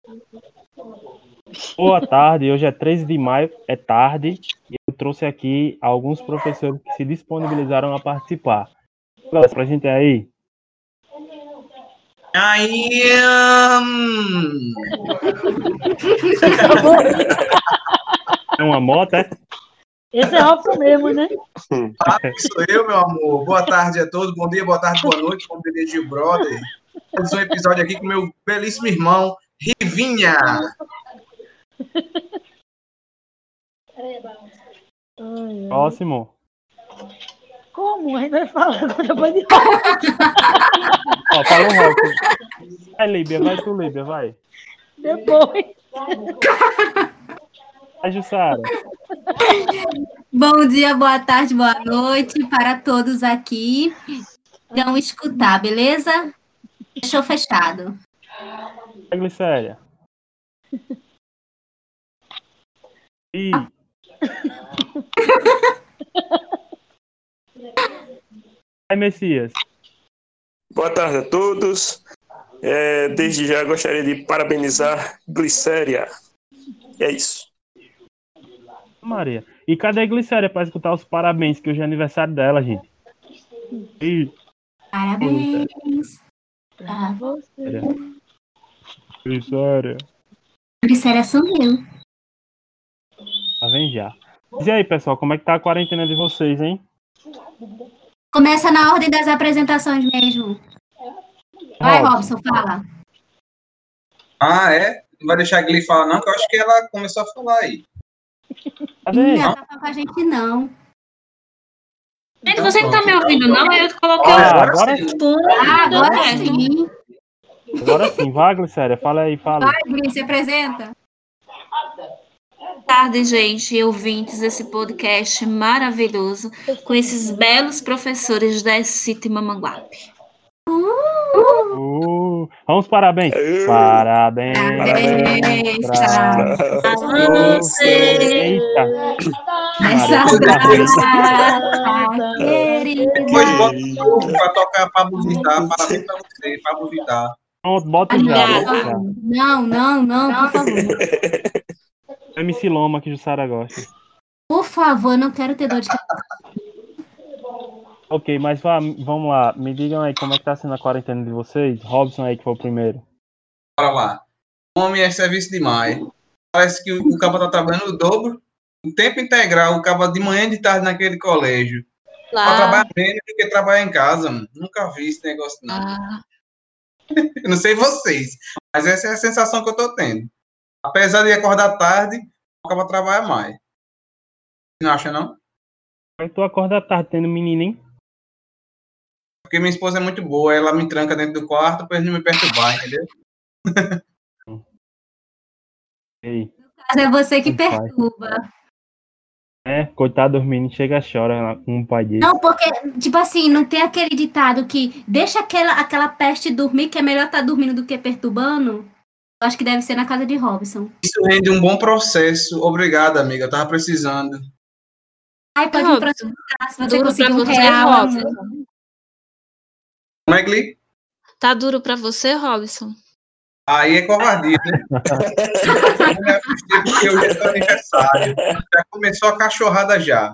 Boa tarde, hoje é 13 de maio, é tarde, e eu trouxe aqui alguns professores que se disponibilizaram a participar. Pra gente aí. Aí, É uma moto, é? Esse é Robson mesmo, né? sou eu, meu amor. Boa tarde a todos, bom dia, boa tarde, boa noite, como diria Gil Brother. Temos um episódio aqui com meu belíssimo irmão, Rivinha. Próximo. Como? Ainda vai falar depois de Ó, falou Robson. Vai, Líbia, vai tu, Líbia, vai. depois. Vai, Jussara. Bom dia, boa tarde, boa noite para todos aqui. Vão escutar, beleza? Fechou fechado. Vai, Glicéria. Ih. Vai, Messias. Boa tarde a todos. Desde já gostaria de parabenizar Glicéria. É isso. Maria. E cadê a Glicéria para escutar os parabéns, que hoje é aniversário dela, gente? Ih. Parabéns. Pra você. Glicéria. Glicéria sou eu. Tá vendo já. E aí, pessoal, como é que tá a quarentena de vocês, hein? Começa na ordem das apresentações mesmo. Vai, Robson, fala. Ah, é? Não vai deixar a Gli falar, não, que eu acho que ela começou a falar aí. Cadê? Não tá falando com a gente, não. Gente, você não tá me ouvindo, não? Eu coloquei Agora sim. Agora sim. Agora sim, vai, Glicéria, fala aí, fala. Vai, Gri, se apresenta. Boa tarde, gente, ouvintes desse podcast maravilhoso com esses belos professores da SCIT Mamanguape. Vamos, parabéns. Parabéns. Parabéns pra você. Eita. Essa data querida. Depois bota o povo pra tocar Pablo Vittar. Parabéns pra você, Pablo Vittar. Pronto, bota já, bota já. Não, por favor. MC Loma, que Jussara gosta. Por favor, eu não quero ter dor de cabeça. Ok, mas vamos lá. Me digam aí como é que tá sendo a quarentena de vocês. Robson aí, que foi o primeiro. Bora lá. Homem é serviço demais. Parece que o cabo tá trabalhando o dobro. O tempo integral, o cabo de manhã e de tarde naquele colégio. Pra trabalhar menos do que trabalhar em casa, mano. Nunca vi esse negócio, não. Eu não sei vocês, mas essa é a sensação que eu tô tendo. Apesar de acordar tarde, o cabo trabalha mais. Não acha, não? Tu acorda tarde tendo menino, hein? Porque minha esposa é muito boa, ela me tranca dentro do quarto pra ele não me perturbar, entendeu? Ei. Mas é você que perturba. Coitado dos meninos, chega e chora com o pai dele. Não, porque, tipo assim, não tem aquele ditado que deixa aquela peste dormir, que é melhor estar dormindo do que perturbando? Eu acho que deve ser na casa de Robson. Isso rende um bom processo. Obrigado, amiga. Eu tava precisando. Ai, pode me processar se você Duro conseguir pra um você, real. Robson. Como é, Gli? Tá duro pra você, Robson? Aí é covardia, né? Porque hoje é seu aniversário. Já começou a cachorrada já.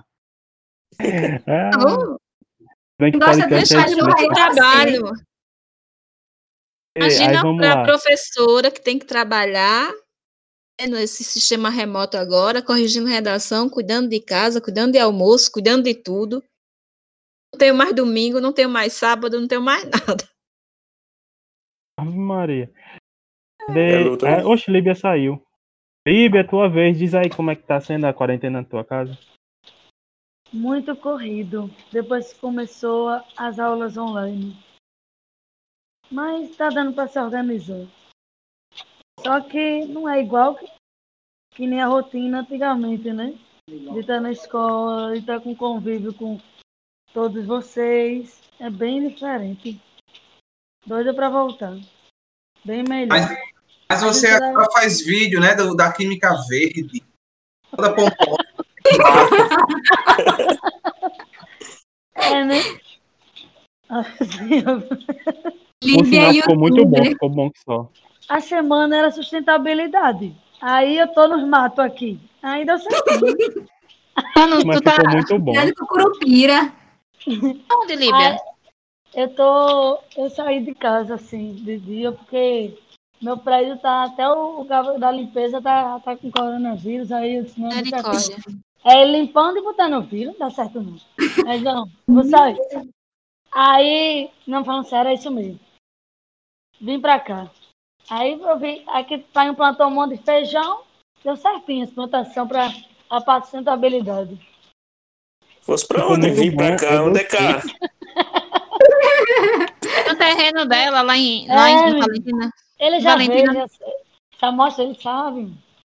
Bem que Gosta podcast de é deixar isso, de Trabalho. Imagina vamos pra lá. professora que tem que trabalhar nesse sistema remoto agora, corrigindo redação, cuidando de casa, cuidando de almoço, cuidando de tudo. Não tenho mais domingo, não tenho mais sábado, não tenho mais nada. Ave Maria. luta. Oxe, Líbia saiu. Líbia, tua vez, diz aí como é que tá sendo a quarentena na tua casa. Muito corrido. Depois que começou as aulas online. Mas tá dando para se organizar. Só que não é igual que nem a rotina antigamente, né? De estar na escola, de estar com convívio com todos vocês. É bem diferente. Doida para voltar. Bem melhor. Mas você agora faz vídeo, né? Da Química Verde. Toda pomposa. É, né? Por Líbia sinal, e ficou muito bom, youtuber. ficou bom que só. A semana era sustentabilidade. Aí eu tô nos matos aqui. Aí deu certinho. Mas Tu tá ficou muito bom. Cuidado com Curupira. onde, Líbia? Eu saí de casa, assim, de dia, porque meu prédio tá, até o cabo da limpeza tá com coronavírus, aí eu disse, não, deixa Misericórdia. quieto. É limpando e botando vírus, não dá certo não. Mas não, vou sair. Aí, não, falando sério, é isso mesmo. Vim pra cá. Aí eu vi, aqui pai plantou um monte de feijão, deu certinho essa plantação para a parte de sustentabilidade. Fosse pra Ficou onde? muito Vim pra bom, cá, eu onde é gostei. cá? No terreno dela, lá em menino, Valentina. ele já Valentina. veio, já mostra, ele sabe.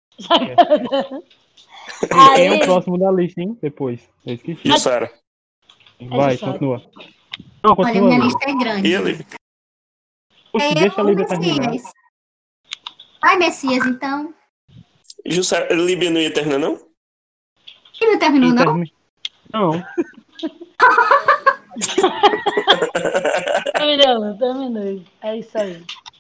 Quem é o Aí, próximo da lista, hein? Depois. Eu esqueci. Jussara. Vai, Jussara. continua. Não, Olha, continua, minha Líbia. lista é grande. E ali? Oxe, deixa a Líbia terminar. Messias. Vai, Messias, então. Jussara, Líbia não ia terminar, não? E não terminou, não? Não, Terminei. É isso aí.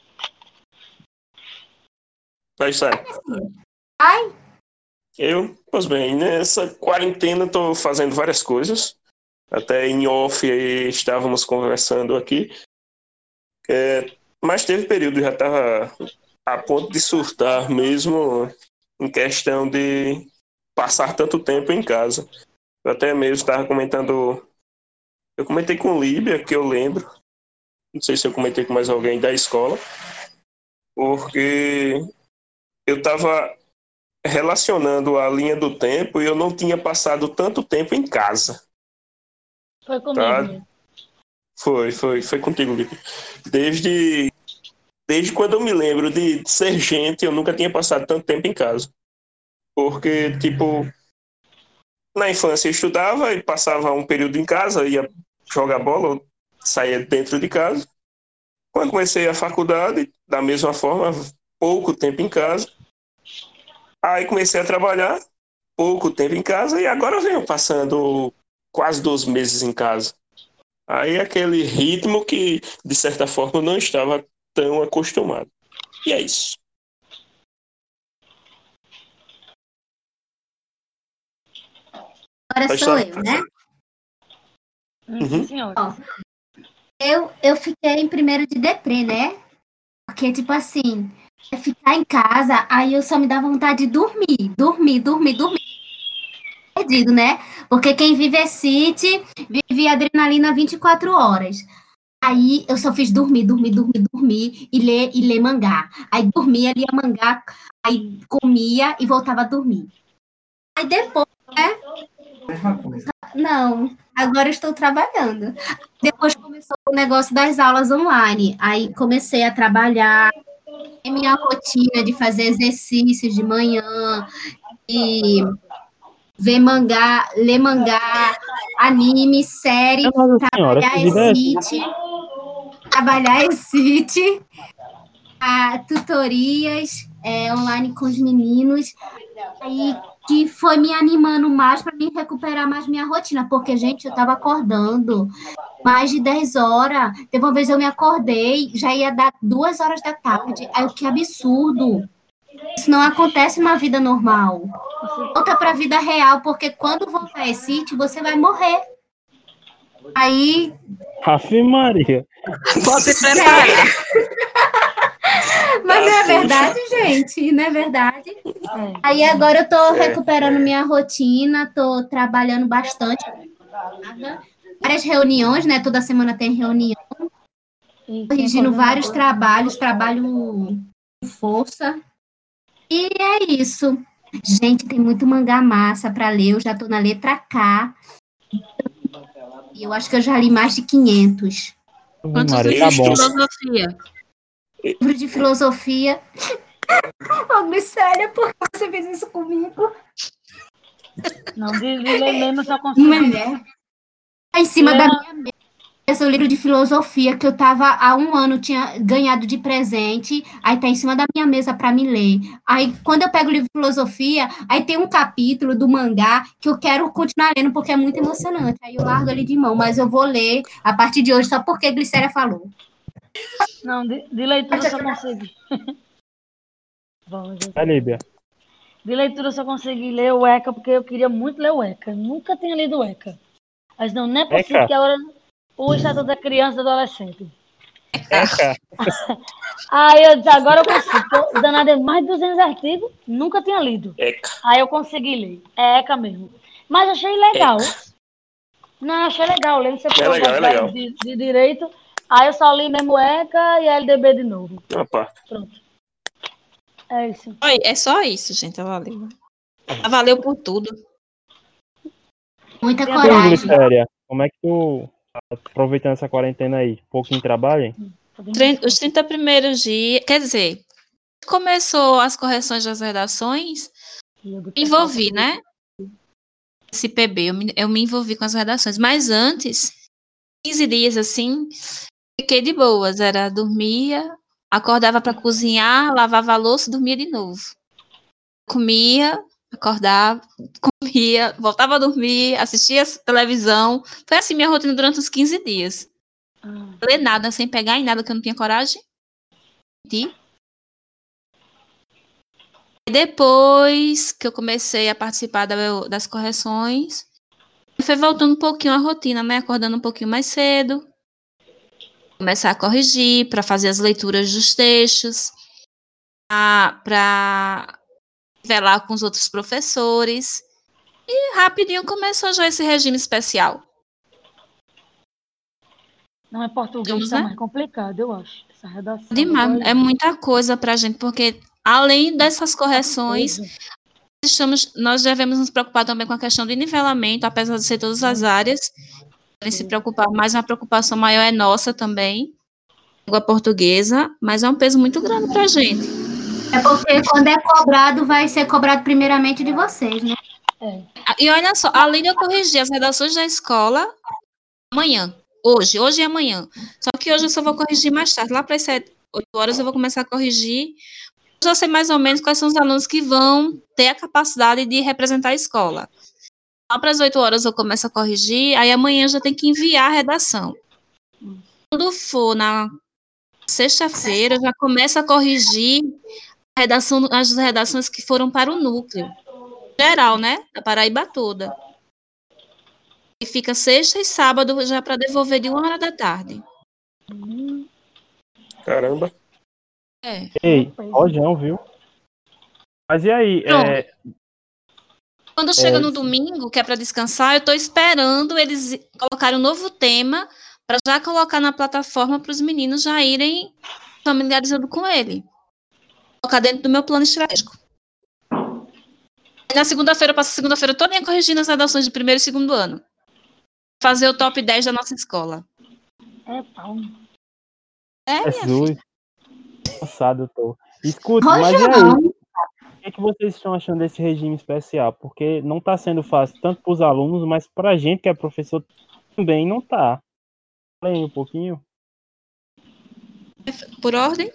Vai, Jussara. Ai, Eu, pois bem, nessa quarentena tô fazendo várias coisas. Até em off aí estávamos conversando aqui. Mas teve período, já estava a ponto de surtar mesmo em questão de passar tanto tempo em casa. Eu até mesmo estava comentando. Eu comentei com Líbia, que eu lembro. Não sei se eu comentei com mais alguém da escola. Porque eu estava relacionando a linha do tempo e eu não tinha passado tanto tempo em casa. Foi comigo Tá? mesmo. Foi contigo, Líbia. Desde quando eu me lembro de ser gente, eu nunca tinha passado tanto tempo em casa. Porque, tipo, na infância eu estudava e passava um período em casa, ia jogar bola, ou saía dentro de casa. Quando comecei a faculdade, da mesma forma, pouco tempo em casa. Aí comecei a trabalhar, pouco tempo em casa, e agora eu venho passando quase 12 meses em casa. Aí aquele ritmo que, de certa forma, eu não estava tão acostumado. E é isso. agora Pode sou falar. eu, né? Uhum. Senhora. Ó, eu fiquei em primeiro de deprê, né? Porque, tipo assim, ficar em casa, aí eu só me dava vontade de dormir. Perdido, né? Porque quem vive é City, vive adrenalina 24 horas. Aí eu só fiz dormir e ler mangá. Aí dormia, lia mangá, aí comia e voltava a dormir. Aí depois, né? Não, agora eu estou trabalhando. Depois começou o negócio das aulas online. Aí comecei a trabalhar, minha rotina de fazer exercícios de manhã e ver mangá, ler mangá, anime, série, Nossa senhora, essa vida é trabalhar em City, tutorias online com os meninos, aí que foi me animando mais para me recuperar mais minha rotina, porque, gente, eu estava acordando mais de 10 horas, teve uma vez eu me acordei, já ia dar 2 horas da tarde, aí que absurdo, isso não acontece na vida normal, volta para a vida real, porque quando voltar a City, você vai morrer. Aí Ave Maria. Pode se preparar. mas não é puxa. verdade, gente, não é verdade. Aí agora eu tô recuperando minha rotina, tô trabalhando bastante, várias reuniões, né? Toda semana tem reunião, corrigindo vários trabalhos, trabalho com força. E é isso. Gente, tem muito mangá massa para ler, eu já tô na letra K. E eu acho que eu já li mais de 500. Ave Quantos Maria, tá livros de bom. filosofia? Livro de filosofia. Oh, Glicéria, por que você fez isso comigo? Não, de ler mesmo, eu só consigo. Mulher. Tá em cima da minha mesa o livro de filosofia que eu tava há 1 ano, tinha ganhado de presente, aí tá em cima da minha mesa para me ler. Aí, quando eu pego o livro de filosofia, aí tem um capítulo do mangá que eu quero continuar lendo porque é muito emocionante. Aí eu largo ele de mão, mas eu vou ler a partir de hoje só porque a Glicéria falou. Não, de leitura eu só consegui. Vamos, gente. Líbia. De leitura eu só consegui ler o ECA porque eu queria muito ler o ECA. Nunca tinha lido o ECA. Mas não é possível ECA? que agora o Estatuto da Criança e do Adolescente. ECA. Aí eu disse, agora eu consigo. Tô danado em mais de 200 artigos, nunca tinha lido. Eca. Aí eu consegui ler. É ECA mesmo. Mas achei legal. Não, achei legal. Lendo você É legal, é legal. de direito. Aí eu só li mesmo ECA e LDB de novo. Opa. Pronto. É isso. É só isso, gente. Ela valeu. Ela valeu por tudo. Muita Tem E coragem. Glicéria, como é que tu tá aproveitando essa quarentena aí? Pouquinho trabalho, hein? Os 30 primeiros dias. Quer dizer, começou as correções das redações, me envolvi, né? Esse PB, eu me envolvi com as redações. Mas antes, 15 dias assim, fiquei de boas. Era dormia, acordava para cozinhar, lavava a louça, dormia de novo. Comia, acordava, comia, voltava a dormir, assistia televisão. Foi assim minha rotina durante os 15 dias. Não ler nada, sem pegar em nada, que eu não tinha coragem de. Depois que eu comecei a participar das correções, foi voltando um pouquinho a rotina, né? Acordando um pouquinho mais cedo, começar a corrigir, para fazer as leituras dos textos, para velar com os outros professores. E rapidinho começou já esse regime especial. Não é português, Vamos, tá né? mais complicado, eu acho. Essa redação. Demais, é muita coisa para a gente, porque além dessas correções, nós devemos nos preocupar também com a questão de nivelamento, apesar de ser todas as áreas, devem se preocupar, mas uma preocupação maior é nossa também, língua portuguesa, mas é um peso muito grande para a gente. É porque quando é cobrado, vai ser cobrado primeiramente de vocês, né? E olha só, além de eu corrigir as redações da escola, amanhã, hoje e amanhã, só que hoje eu só vou corrigir mais tarde, lá para as 8 horas eu vou começar a corrigir. Eu já sei mais ou menos quais são os alunos que vão ter a capacidade de representar a escola. Lá para as 8 horas eu começo a corrigir, aí amanhã eu já tenho que enviar a redação. Quando for na sexta-feira, eu já começo a corrigir as redações que foram para o núcleo geral, né? Da Paraíba toda. E fica sexta e sábado já para devolver de 1 hora da tarde. Caramba. Ei, rojão, viu? Mas e aí? Quando chega no domingo, que é para descansar, eu estou esperando eles colocarem um novo tema para já colocar na plataforma para os meninos já irem familiarizando com ele. Colocar dentro do meu plano estratégico. Na segunda-feira, eu passo a segunda-feira toda corrigindo as redações de primeiro e segundo ano. Fazer o top 10 da nossa escola. É pau. Minha Jesus. Cansado eu tô. Escuta, Rojão. mas e aí? O que vocês estão achando desse regime especial? Porque não está sendo fácil tanto para os alunos, mas para a gente que é professor também não tá. Fala aí um pouquinho. Por ordem?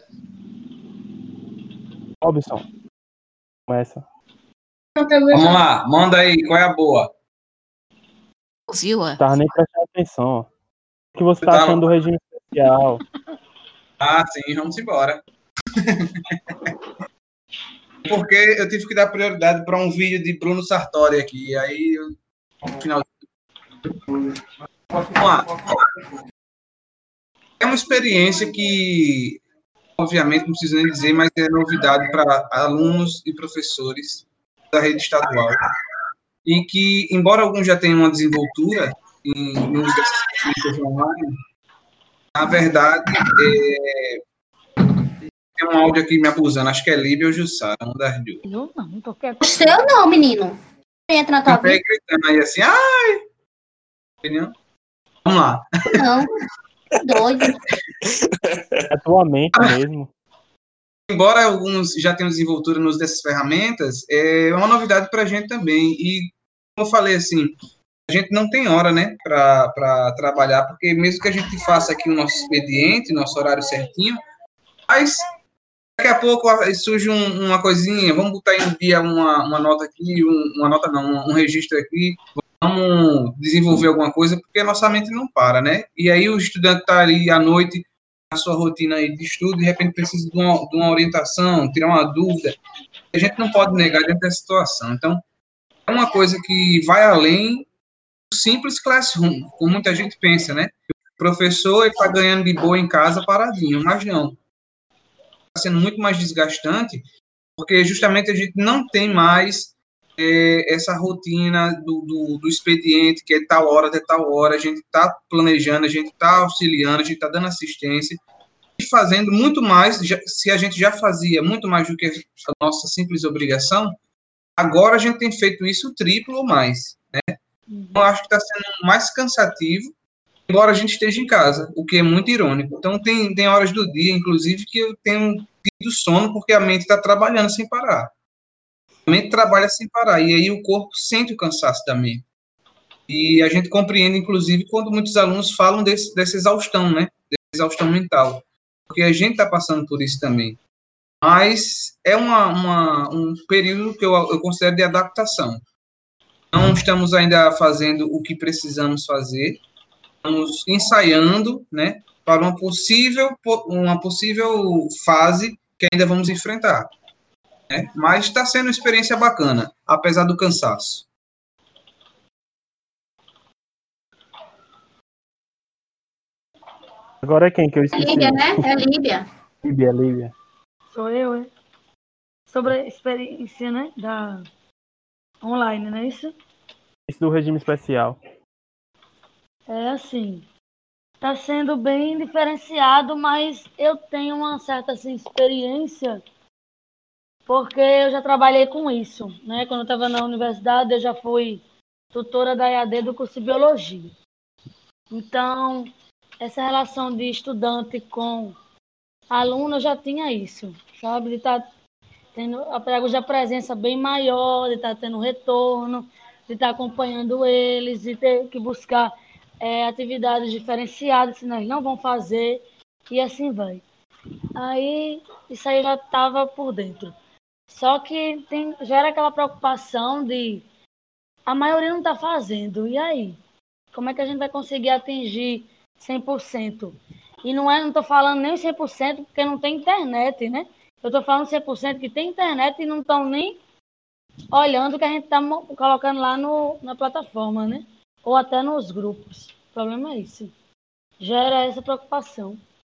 Robson, começa. Vamos lá, manda aí, qual é a boa? Ouviu? Tava nem prestando atenção. Ó. O que você Tá tá achando do regime especial? Ah, sim, vamos embora. Porque eu tive que dar prioridade para um vídeo de Bruno Sartori aqui, aí no final. Vamos lá. É uma experiência que, obviamente, não preciso nem dizer, mas é novidade para alunos e professores da rede estadual. E que, embora alguns já tenham uma desenvoltura em uso dessas ferramentas online, na verdade, tem um áudio aqui me abusando, acho que é Líbia ou Jussara, um das duas. Eu não tô quieto. O seu não, menino. Entra na tua Café vida. gritando aí assim, ai! Entendeu? Vamos lá. Não. Doido. É tua mente mesmo. Embora alguns já tenham desenvoltura no uso dessas ferramentas, é uma novidade para a gente também. E, como eu falei assim, a gente não tem hora, né, para trabalhar, porque mesmo que a gente faça aqui o nosso expediente, nosso horário certinho, mas daqui a pouco surge uma coisinha, vamos botar em dia uma nota aqui, uma nota não, um registro aqui, vamos desenvolver alguma coisa, porque a nossa mente não para, né? E aí o estudante está ali à noite a sua rotina aí de estudo, de repente precisa de uma orientação, tirar uma dúvida. A gente não pode negar dentro dessa situação. Então, é uma coisa que vai além do simples classroom, como muita gente pensa, né? O professor está ganhando de boa em casa paradinho, mas não. Está sendo muito mais desgastante, porque justamente a gente não tem mais essa rotina do expediente, que é tal hora até tal hora, a gente está planejando, a gente está auxiliando, a gente está dando assistência, e fazendo muito mais, se a gente já fazia muito mais do que a nossa simples obrigação, agora a gente tem feito isso triplo ou mais, né? Eu acho que está sendo mais cansativo, embora a gente esteja em casa, o que é muito irônico. Então, tem horas do dia, inclusive, que eu tenho tido sono porque a mente está trabalhando sem parar. A mente trabalha sem parar, e aí o corpo sente o cansaço da mente. E a gente compreende, inclusive, quando muitos alunos falam dessa exaustão, né? Dessa exaustão mental. Porque a gente está passando por isso também. Mas é um período que eu considero de adaptação. Não estamos ainda fazendo o que precisamos fazer, estamos ensaiando, né, para uma possível fase que ainda vamos enfrentar. Né? Mas está sendo uma experiência bacana, apesar do cansaço. Agora é quem que eu É esqueci? Líbia, né? É Líbia. Líbia. Sou eu, hein? Sobre a experiência, né, da online, não é isso? Isso do regime especial. É assim, tá sendo bem diferenciado, mas eu tenho uma certa assim, experiência, porque eu já trabalhei com isso, né? Quando eu estava na universidade, eu já fui tutora da EAD do curso de Biologia. Então, essa relação de estudante com aluno, eu já tinha isso, sabe? De estar tendo a pedagogia presença bem maior, de estar tendo retorno, de estar acompanhando eles, de ter que buscar atividades diferenciadas, senão eles não vão fazer, e assim vai. Aí, isso aí já estava por dentro. Só que gera aquela preocupação de a maioria não está fazendo, e aí? Como é que a gente vai conseguir atingir 100%? E não estou falando nem 100% porque não tem internet, né? Eu estou falando 100% que tem internet e não estão nem olhando o que a gente está colocando lá na plataforma, né? Ou até nos grupos. O problema é isso. Gera essa preocupação.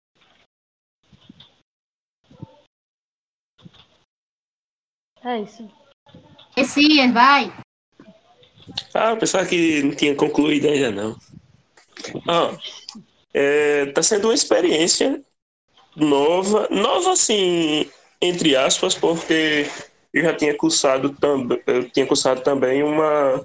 É isso. Messias, vai. Eu pensava que não tinha concluído ainda, não. Tá sendo uma experiência nova assim, entre aspas, porque eu já tinha cursado também uma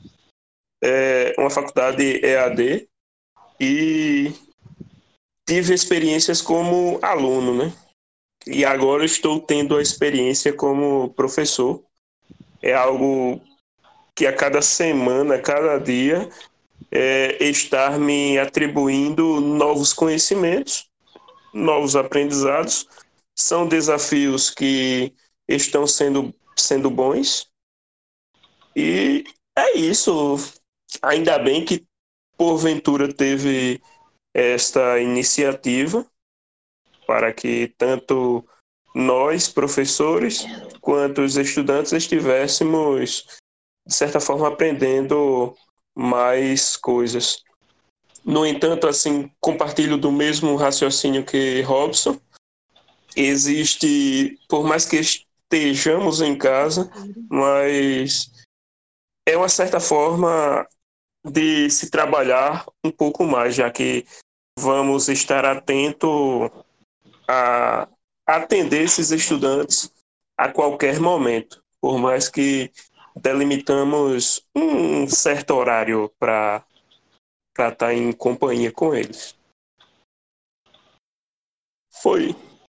faculdade EAD e tive experiências como aluno, né? E agora estou tendo a experiência como professor. É algo que a cada semana, a cada dia, estar me atribuindo novos conhecimentos, novos aprendizados. São desafios que estão sendo bons. E é isso. Ainda bem que, porventura, teve esta iniciativa para que tanto nós, professores, quanto os estudantes estivéssemos, de certa forma, aprendendo mais coisas. No entanto, assim, compartilho do mesmo raciocínio que Robson. Existe, por mais que estejamos em casa, mas é uma certa forma de se trabalhar um pouco mais, já que vamos estar atento a atender esses estudantes a qualquer momento, por mais que delimitamos um certo horário para estar em companhia com eles. Foi.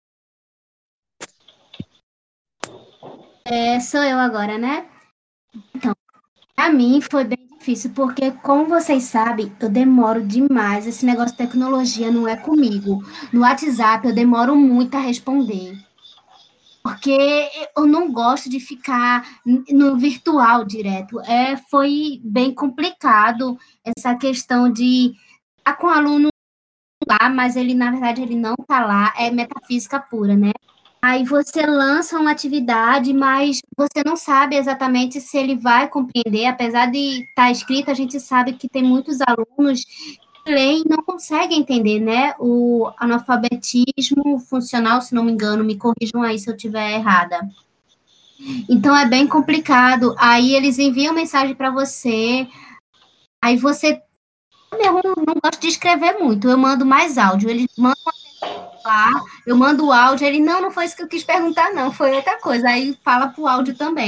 Sou eu agora, né? Então, pra mim foi bem difícil, porque, como vocês sabem, eu demoro demais. Esse negócio de tecnologia não é comigo. No WhatsApp, eu demoro muito a responder. Porque eu não gosto de ficar no virtual direto. Foi bem complicado essa questão de estar com o aluno lá, mas ele, na verdade, ele não tá lá, é metafísica pura, né? Aí você lança uma atividade, mas você não sabe exatamente se ele vai compreender, apesar de estar escrito, a gente sabe que tem muitos alunos que leem e não conseguem entender, né? O analfabetismo funcional, se não me engano, me corrijam aí se eu estiver errada. Então é bem complicado. Aí eles enviam mensagem para você, aí você. Eu não gosto de escrever muito, eu mando mais áudio. Eles mandam lá, eu mando o áudio, ele, não foi isso que eu quis perguntar, não, foi outra coisa. Aí fala pro áudio também.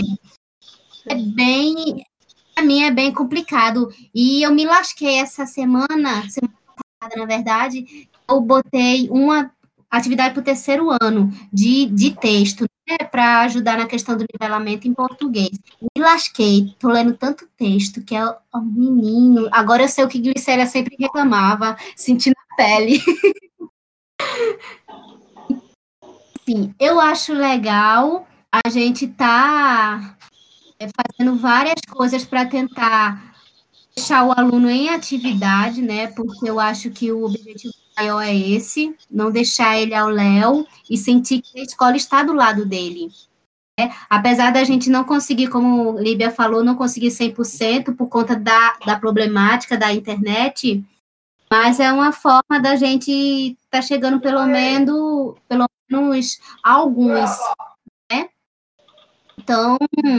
Pra mim é bem complicado. E eu me lasquei essa semana passada, na verdade, eu botei uma atividade para o terceiro ano de texto, né, para ajudar na questão do nivelamento em português. Me lasquei, tô lendo tanto texto que é o menino. Agora eu sei o que Glicéria sempre reclamava, sentindo a pele. Sim, eu acho legal a gente tá fazendo várias coisas para tentar deixar o aluno em atividade, né? Porque eu acho que o objetivo maior é esse, não deixar ele ao léu e sentir que a escola está do lado dele. Apesar da gente não conseguir, como Líbia falou, não conseguir 100% por conta da problemática da internet, mas é uma forma da gente estar chegando pelo menos alguns, né? Então,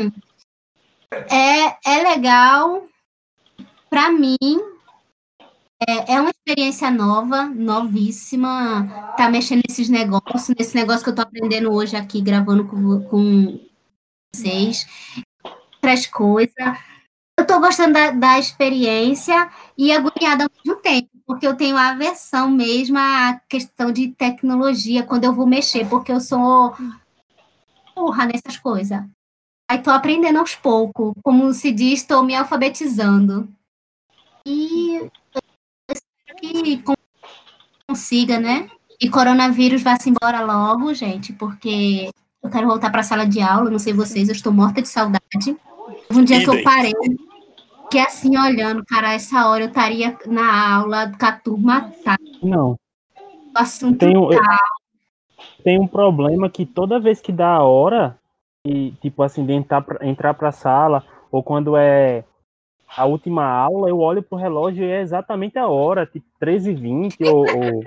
é legal. Para mim, é uma experiência nova, novíssima, tá mexendo nesse negócio que eu tô aprendendo hoje aqui, gravando com vocês, outras coisas. Eu tô gostando da experiência e agoniada ao mesmo tempo, porque eu tenho aversão mesmo à questão de tecnologia, quando eu vou mexer, porque eu sou burra nessas coisas. Aí tô aprendendo aos poucos, como se diz, estou me alfabetizando. E que consiga, né? E coronavírus vá-se embora logo, gente, porque eu quero voltar para a sala de aula, não sei vocês, eu estou morta de saudade. Um dia que eu parei, que assim, olhando, cara, essa hora eu estaria na aula com a turma, tá? Não. O assunto tem um problema que toda vez que dá a hora, e tipo assim, de entrar pra sala, ou quando é a última aula, eu olho pro relógio e é exatamente a hora, tipo 13h20 ou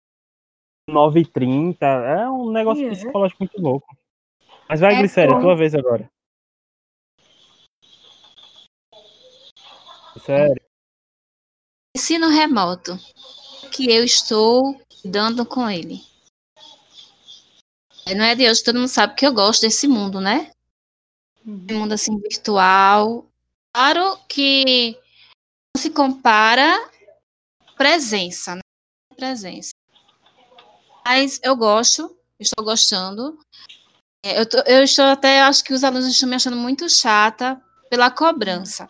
9h30. É um negócio psicológico muito louco. Mas vai, Glicéria, tua vez agora. Sério. Ensino remoto, que eu estou dando com ele. Não é de hoje, todo mundo sabe que eu gosto desse mundo, né? Esse mundo assim virtual. Claro que não se compara presença, né? Presença. Mas eu gosto, estou gostando. Eu estou até, acho que os alunos estão me achando muito chata pela cobrança.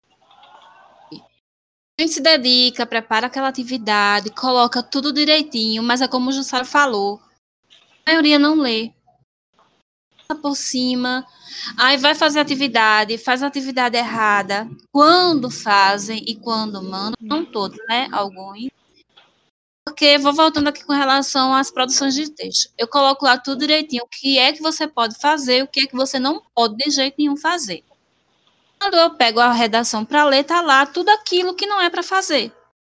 A gente se dedica, prepara aquela atividade, coloca tudo direitinho, mas é como o Jussara falou, a maioria não lê. Por cima, aí vai fazer atividade, faz a atividade errada. Quando fazem e quando mandam, não todos, né? Alguns. Porque vou voltando aqui com relação às produções de texto. Eu coloco lá tudo direitinho, o que é que você pode fazer, o que é que você não pode de jeito nenhum fazer. Quando eu pego a redação para ler, tá lá tudo aquilo que não é para fazer.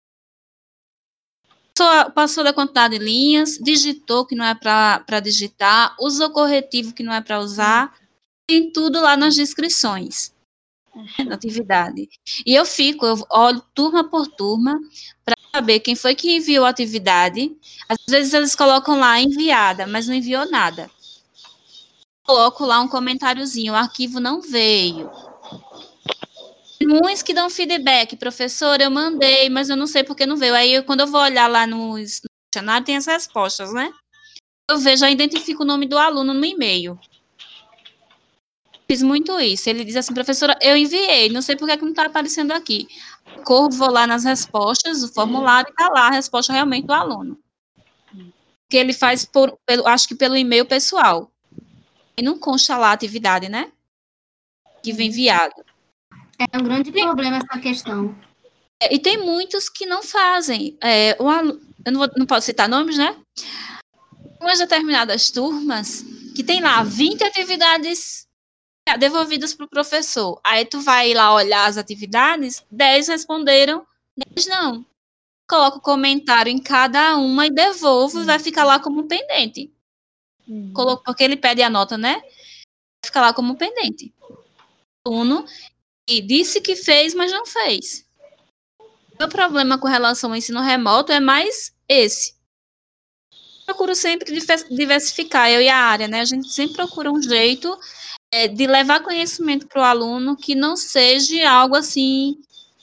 Passou da quantidade de linhas, digitou que não é para digitar, usou corretivo que não é para usar, tem tudo lá nas descrições da atividade. E eu olho turma por turma para saber quem foi que enviou a atividade. Às vezes eles colocam lá enviada, mas não enviou nada. Coloco lá um comentáriozinho, o arquivo não veio. Uns que dão feedback, professor, eu mandei, mas eu não sei porque não veio. Aí, quando eu vou olhar lá no dicionário, tem as respostas, né? Eu vejo, já identifico o nome do aluno no e-mail. Fiz muito isso. Ele diz assim, professora, eu enviei, não sei por que não está aparecendo aqui. Corro, vou lá nas respostas, o formulário, e está lá a resposta realmente do aluno. Que ele faz, acho que pelo e-mail pessoal. E não consta lá a atividade, né? Que vem enviado. É um grande problema essa questão. E tem muitos que não fazem. eu não posso citar nomes, né? Umas determinadas turmas que tem lá 20 atividades devolvidas para o professor. Aí tu vai lá olhar as atividades, 10 responderam, 10 não. Coloca o comentário em cada uma e devolve, vai ficar lá como pendente. Porque ele pede a nota, né? Vai ficar lá como pendente. Aluno e disse que fez, mas não fez. O problema com relação ao ensino remoto é mais esse. Procuro sempre diversificar, eu e a área, né? A gente sempre procura um jeito de levar conhecimento para o aluno que não seja algo assim,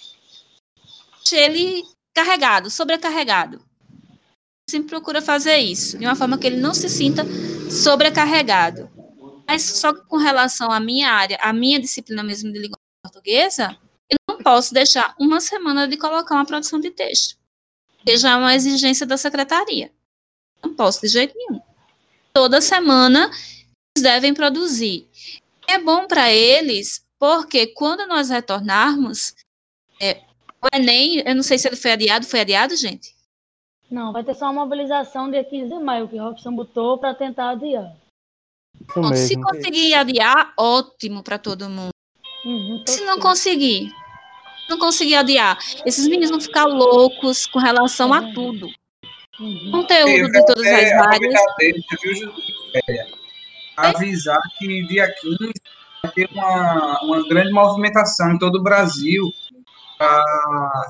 ele carregado, sobrecarregado. Sempre procura fazer isso, de uma forma que ele não se sinta sobrecarregado. Mas só que com relação à minha área, à minha disciplina mesmo de língua portuguesa, eu não posso deixar uma semana de colocar uma produção de texto. Que já é uma exigência da secretaria. Não posso de jeito nenhum. Toda semana eles devem produzir. É bom para eles, porque quando nós retornarmos, o Enem, eu não sei se ele foi adiado, gente? Não, vai ter só uma mobilização dia 15 de maio, que o Robson botou para tentar adiar. Bom, se conseguir adiar, ótimo para todo mundo. Se não conseguir adiar, esses meninos vão ficar loucos com relação a tudo. Conteúdo de todas as áreas. Avisar que dia 15 vai ter uma grande movimentação em todo o Brasil para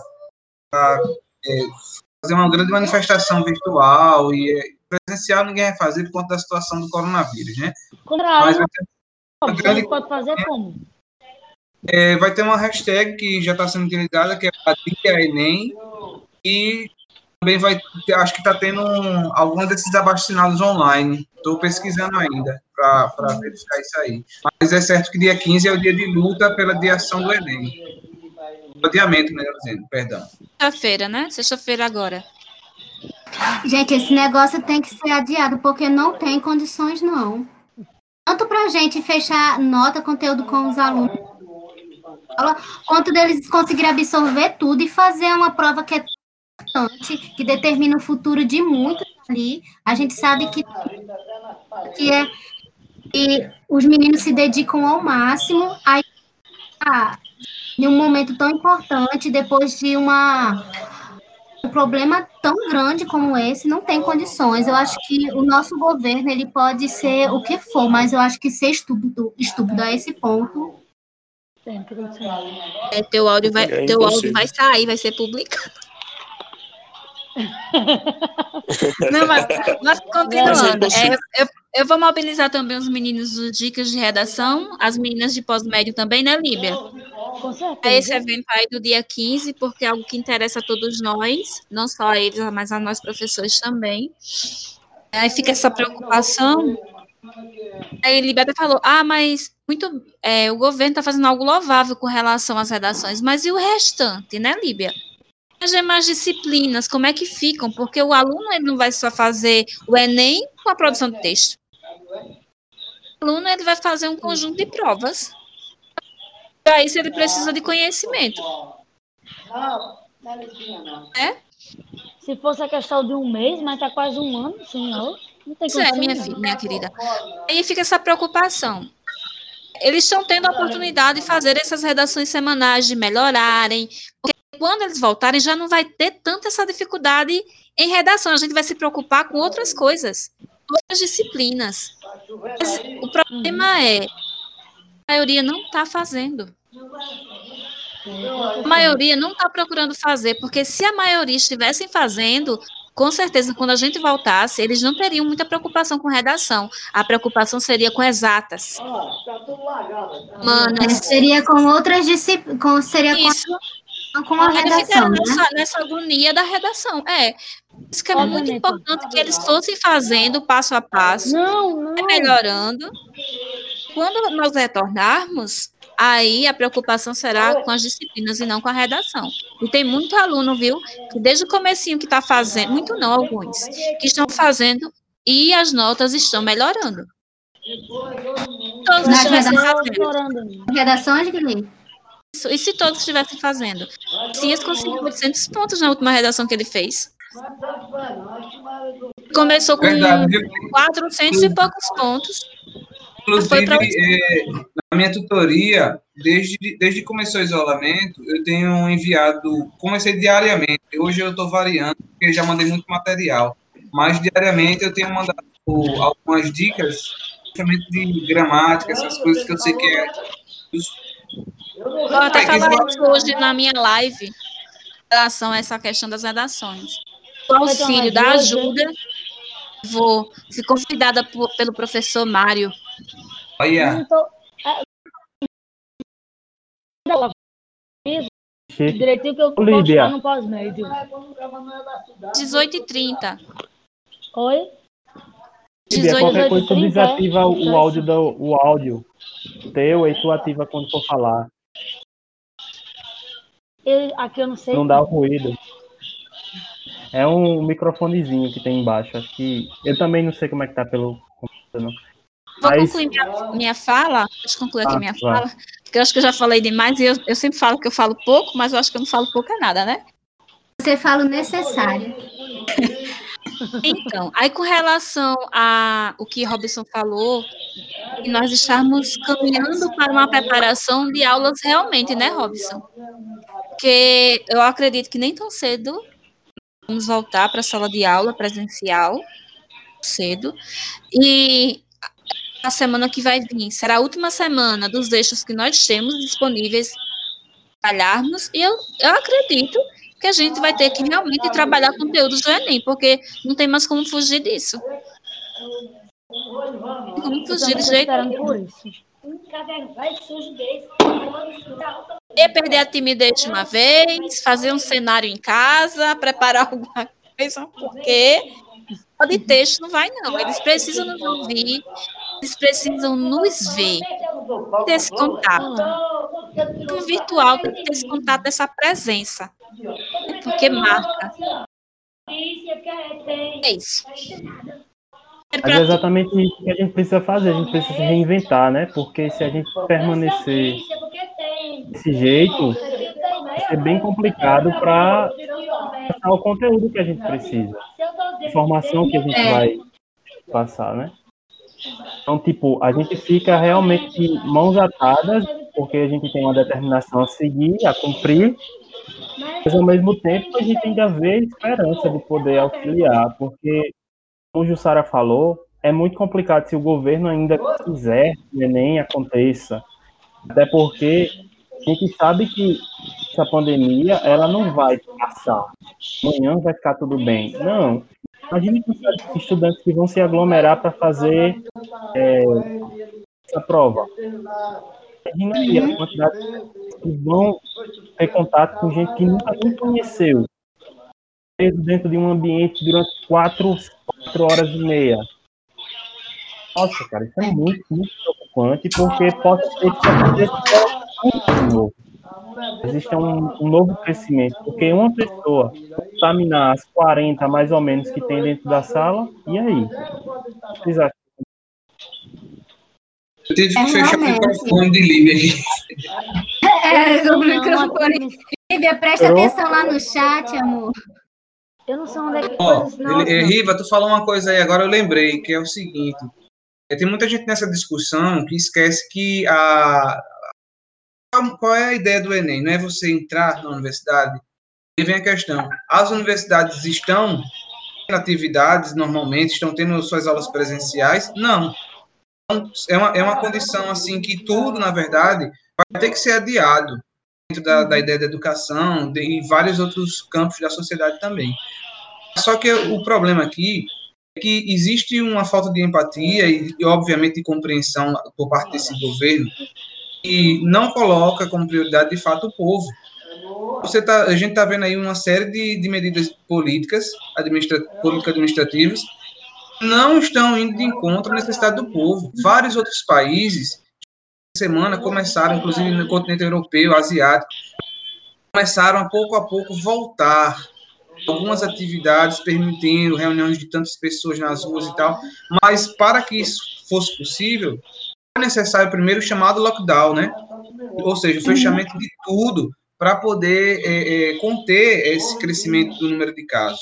fazer uma grande manifestação virtual e presencial ninguém vai fazer por conta da situação do coronavírus, né? Mas vai ter uma grande... pode fazer como? Vai ter uma hashtag que já está sendo utilizada, que é a Dia Enem, e também acho que está tendo alguns desses abastinados online. Estou pesquisando ainda para verificar isso aí. Mas é certo que dia 15 é o dia de luta pela adiação do Enem. O adiamento, melhor dizendo, perdão. Sexta-feira, né? Sexta-feira agora. Gente, esse negócio tem que ser adiado, porque não tem condições, não. Tanto para a gente fechar nota, conteúdo com os alunos, quanto deles conseguirem absorver tudo e fazer uma prova que é importante, que determina o futuro de muitos ali. A gente sabe que os meninos se dedicam ao máximo, aí, em um momento tão importante, depois de um problema tão grande como esse, não tem condições. Eu acho que o nosso governo, ele pode ser o que for, mas eu acho que ser estúpido a esse ponto... Teu áudio vai sair, vai ser publicado. Não, mas continuando. Eu vou mobilizar também os meninos dos Dicas de Redação, as meninas de pós-médio também, né, Líbia? Com certeza. É esse evento aí do dia 15, porque é algo que interessa a todos nós, não só a eles, mas a nós professores também. Aí fica essa preocupação. Aí Líbia até falou, mas o governo está fazendo algo louvável com relação às redações, mas e o restante, né, Líbia? As demais disciplinas, como é que ficam? Porque o aluno ele não vai só fazer o Enem com a produção de texto. O aluno ele vai fazer um conjunto de provas. Para isso ele precisa de conhecimento. Se fosse a questão de um mês, mas está quase um ano sem aula, não tem condição. Minha querida. Aí fica essa preocupação. Eles estão tendo a oportunidade de fazer essas redações semanais, de melhorarem, porque quando eles voltarem já não vai ter tanta essa dificuldade em redação, a gente vai se preocupar com outras coisas, outras disciplinas. Mas o problema é, a maioria não está fazendo. A maioria não está procurando fazer, porque se a maioria estivessem fazendo, com certeza, quando a gente voltasse, eles não teriam muita preocupação com redação. A preocupação seria com exatas. Seria com outras disciplinas. Seria com a redação, né? Nessa agonia da redação. Isso que é muito importante que eles fossem fazendo passo a passo, melhorando. Quando nós retornarmos, aí a preocupação será com as disciplinas e não com a redação. E tem muito aluno, viu, que desde o comecinho que está fazendo, muito não, alguns, que estão fazendo e as notas estão melhorando. Todos estivessem fazendo. Redação, Edgley? E se todos estivessem fazendo? Cias conseguiu 800 pontos na última redação que ele fez. Começou com Verdade, viu? 400 e poucos pontos. Foi pra... Inclusive, na minha tutoria, desde que começou o isolamento, eu tenho enviado, comecei diariamente, hoje eu estou variando, porque eu já mandei muito material, mas diariamente eu tenho mandado algumas dicas, principalmente de gramática, essas coisas que eu sei que é... Eu até falar isso hoje na minha live, em relação a essa questão das redações. O auxílio da ajuda, fui convidada pelo professor Mário. Olha. Direitinho que eu posso estar no pós-médio. 18h30. Oi? Lídia, qualquer coisa tu desativa o áudio teu e tu ativa quando for falar. Aqui eu não sei. Não dá o ruído. É um microfonezinho que tem embaixo. Acho que eu também não sei como é que tá pelo computador. Vou concluir minha fala. Deixa eu concluir aqui minha fala. Porque eu acho que eu já falei demais e eu sempre falo que eu falo pouco, mas eu acho que eu não falo pouco é nada, né? Você fala o necessário. Então, aí com relação a o que Robson falou, que nós estamos caminhando para uma preparação de aulas realmente, né, Robson? Porque eu acredito que nem tão cedo vamos voltar para a sala de aula presencial, cedo, e a semana que vai vir será a última semana dos eixos que nós temos disponíveis para trabalharmos, e eu acredito que a gente vai ter que realmente trabalhar conteúdos do Enem, porque não tem mais como fugir disso. Não tem como fugir de jeito nenhum. E perder a timidez de uma vez, fazer um cenário em casa, preparar alguma coisa, porque só de texto não vai, não. Eles precisam nos ouvir, eles precisam nos ver, ter esse contato. No virtual tem que ter esse contato, essa presença, porque marca. É isso. Mas é exatamente isso que a gente precisa fazer, a gente precisa se reinventar, né? Porque se a gente permanecer desse jeito, vai ser bem complicado para passar o conteúdo que a gente precisa, a informação que a gente vai passar, né? Então, tipo, a gente fica realmente de mãos atadas, porque a gente tem uma determinação a seguir, a cumprir, mas ao mesmo tempo a gente ainda vê esperança de poder auxiliar, porque, como o Jussara falou, é muito complicado se o governo ainda quiser que o Enem aconteça, até porque a gente sabe que essa pandemia, ela não vai passar, amanhã vai ficar tudo bem. Não, imagine os estudantes que vão se aglomerar para fazer essa prova. Imagina aí a quantidade de pessoas que vão ter contato com gente que nunca nem conheceu, dentro de um ambiente durante 4 horas e meia. Nossa, cara, isso é muito, muito preocupante, porque pode ser que aconteça de novo. Existe um novo crescimento, porque uma pessoa contaminar as 40, mais ou menos, que tem dentro da sala, e aí? Vocês acham? Eu tive que fechar o microfone de Líbia aqui. O microfone. Lívia, presta atenção lá no chat, amor. Eu não sei onde é que coisas não. Riva, tu falou uma coisa aí, agora eu lembrei, que é o seguinte. Tem muita gente nessa discussão que esquece que qual é a ideia do Enem? Não é você entrar na universidade? E vem a questão. As universidades estão em atividades normalmente, estão tendo suas aulas presenciais? Não. É uma condição assim que tudo, na verdade, vai ter que ser adiado dentro da ideia da educação e vários outros campos da sociedade também. Só que o problema aqui é que existe uma falta de empatia e obviamente, de compreensão por parte desse governo e não coloca como prioridade, de fato, o povo. A gente está vendo aí uma série de medidas políticas administrativas que não estão indo de encontro à necessidade do povo. Vários outros países, semana, começaram, inclusive no continente europeu, asiático, começaram a pouco voltar algumas atividades, permitindo reuniões de tantas pessoas nas ruas e tal, mas para que isso fosse possível, é necessário primeiro o chamado lockdown, né? Ou seja, o fechamento de tudo para poder conter esse crescimento do número de casos.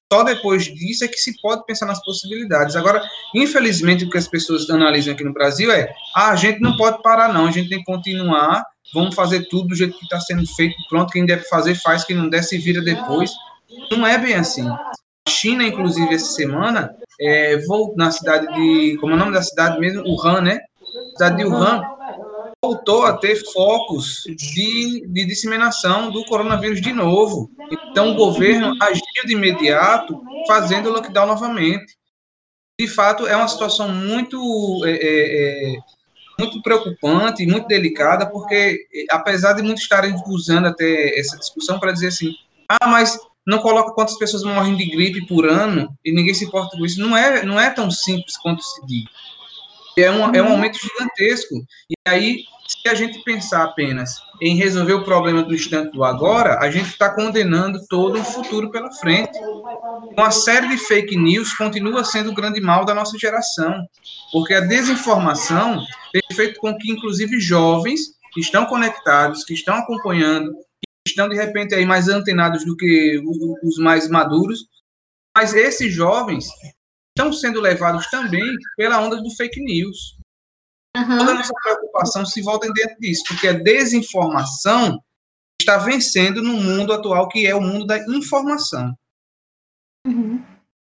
Só depois disso é que se pode pensar nas possibilidades. Agora, infelizmente, o que as pessoas analisam aqui no Brasil é: a gente não pode parar, não, a gente tem que continuar, vamos fazer tudo do jeito que está sendo feito, pronto, quem deve fazer, faz, quem não der, se vira depois. Não é bem assim. A China, inclusive, essa semana, vou na cidade de, como é o nome da cidade mesmo? Wuhan, né? A cidade de Wuhan voltou a ter focos de disseminação do coronavírus de novo. Então, o governo agiu de imediato, fazendo o lockdown novamente. De fato, é uma situação muito, muito preocupante, muito delicada, porque, apesar de muitos estarem usando até essa discussão para dizer assim, mas não coloca quantas pessoas morrem de gripe por ano e ninguém se importa com isso. Não é tão simples quanto se diz. É um aumento gigantesco. E aí, se a gente pensar apenas em resolver o problema do instante do agora, a gente está condenando todo um futuro pela frente. Uma série de fake news continua sendo o grande mal da nossa geração, porque a desinformação tem feito com que, inclusive, jovens que estão conectados, que estão acompanhando, que estão, de repente, aí mais antenados do que os mais maduros, mas esses jovens estão sendo levados também pela onda do fake news. Toda a nossa preocupação se volta dentro disso, porque a desinformação está vencendo no mundo atual, que é o mundo da informação. Um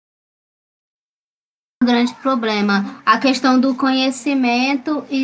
grande problema. A questão do conhecimento e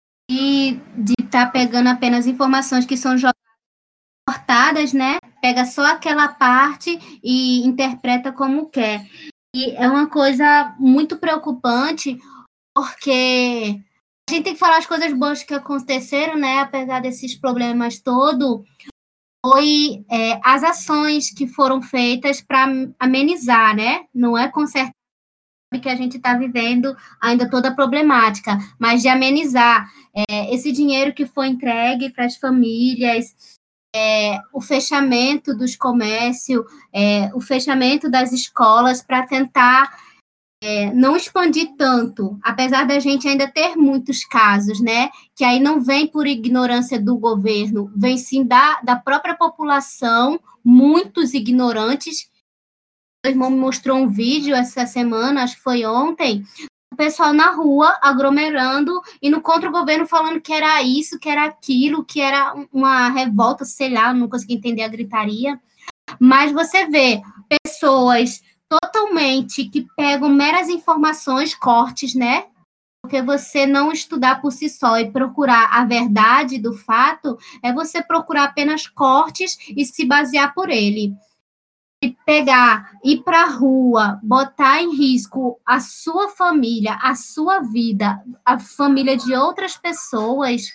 de estar pegando apenas informações que são cortadas, né? Pega só aquela parte e interpreta como quer. E é uma coisa muito preocupante, porque a gente tem que falar as coisas boas que aconteceram, né? Apesar desses problemas todos, foi as ações que foram feitas para amenizar, né? Não é consertar que a gente está vivendo ainda toda a problemática, mas de amenizar esse dinheiro que foi entregue para as famílias, o fechamento dos comércios, o fechamento das escolas para tentar não expandir tanto, apesar da gente ainda ter muitos casos, né, que aí não vem por ignorância do governo, vem sim da própria população, muitos ignorantes. Meu irmão me mostrou um vídeo essa semana, acho que foi ontem, o pessoal na rua aglomerando, indo contra o governo, falando que era isso, que era aquilo, que era uma revolta, sei lá, não consegui entender a gritaria. Mas você vê pessoas totalmente que pegam meras informações, cortes, né? Porque você não estudar por si só e procurar a verdade do fato, é você procurar apenas cortes e se basear por ele. E pegar, ir para a rua, botar em risco a sua família, a sua vida, a família de outras pessoas,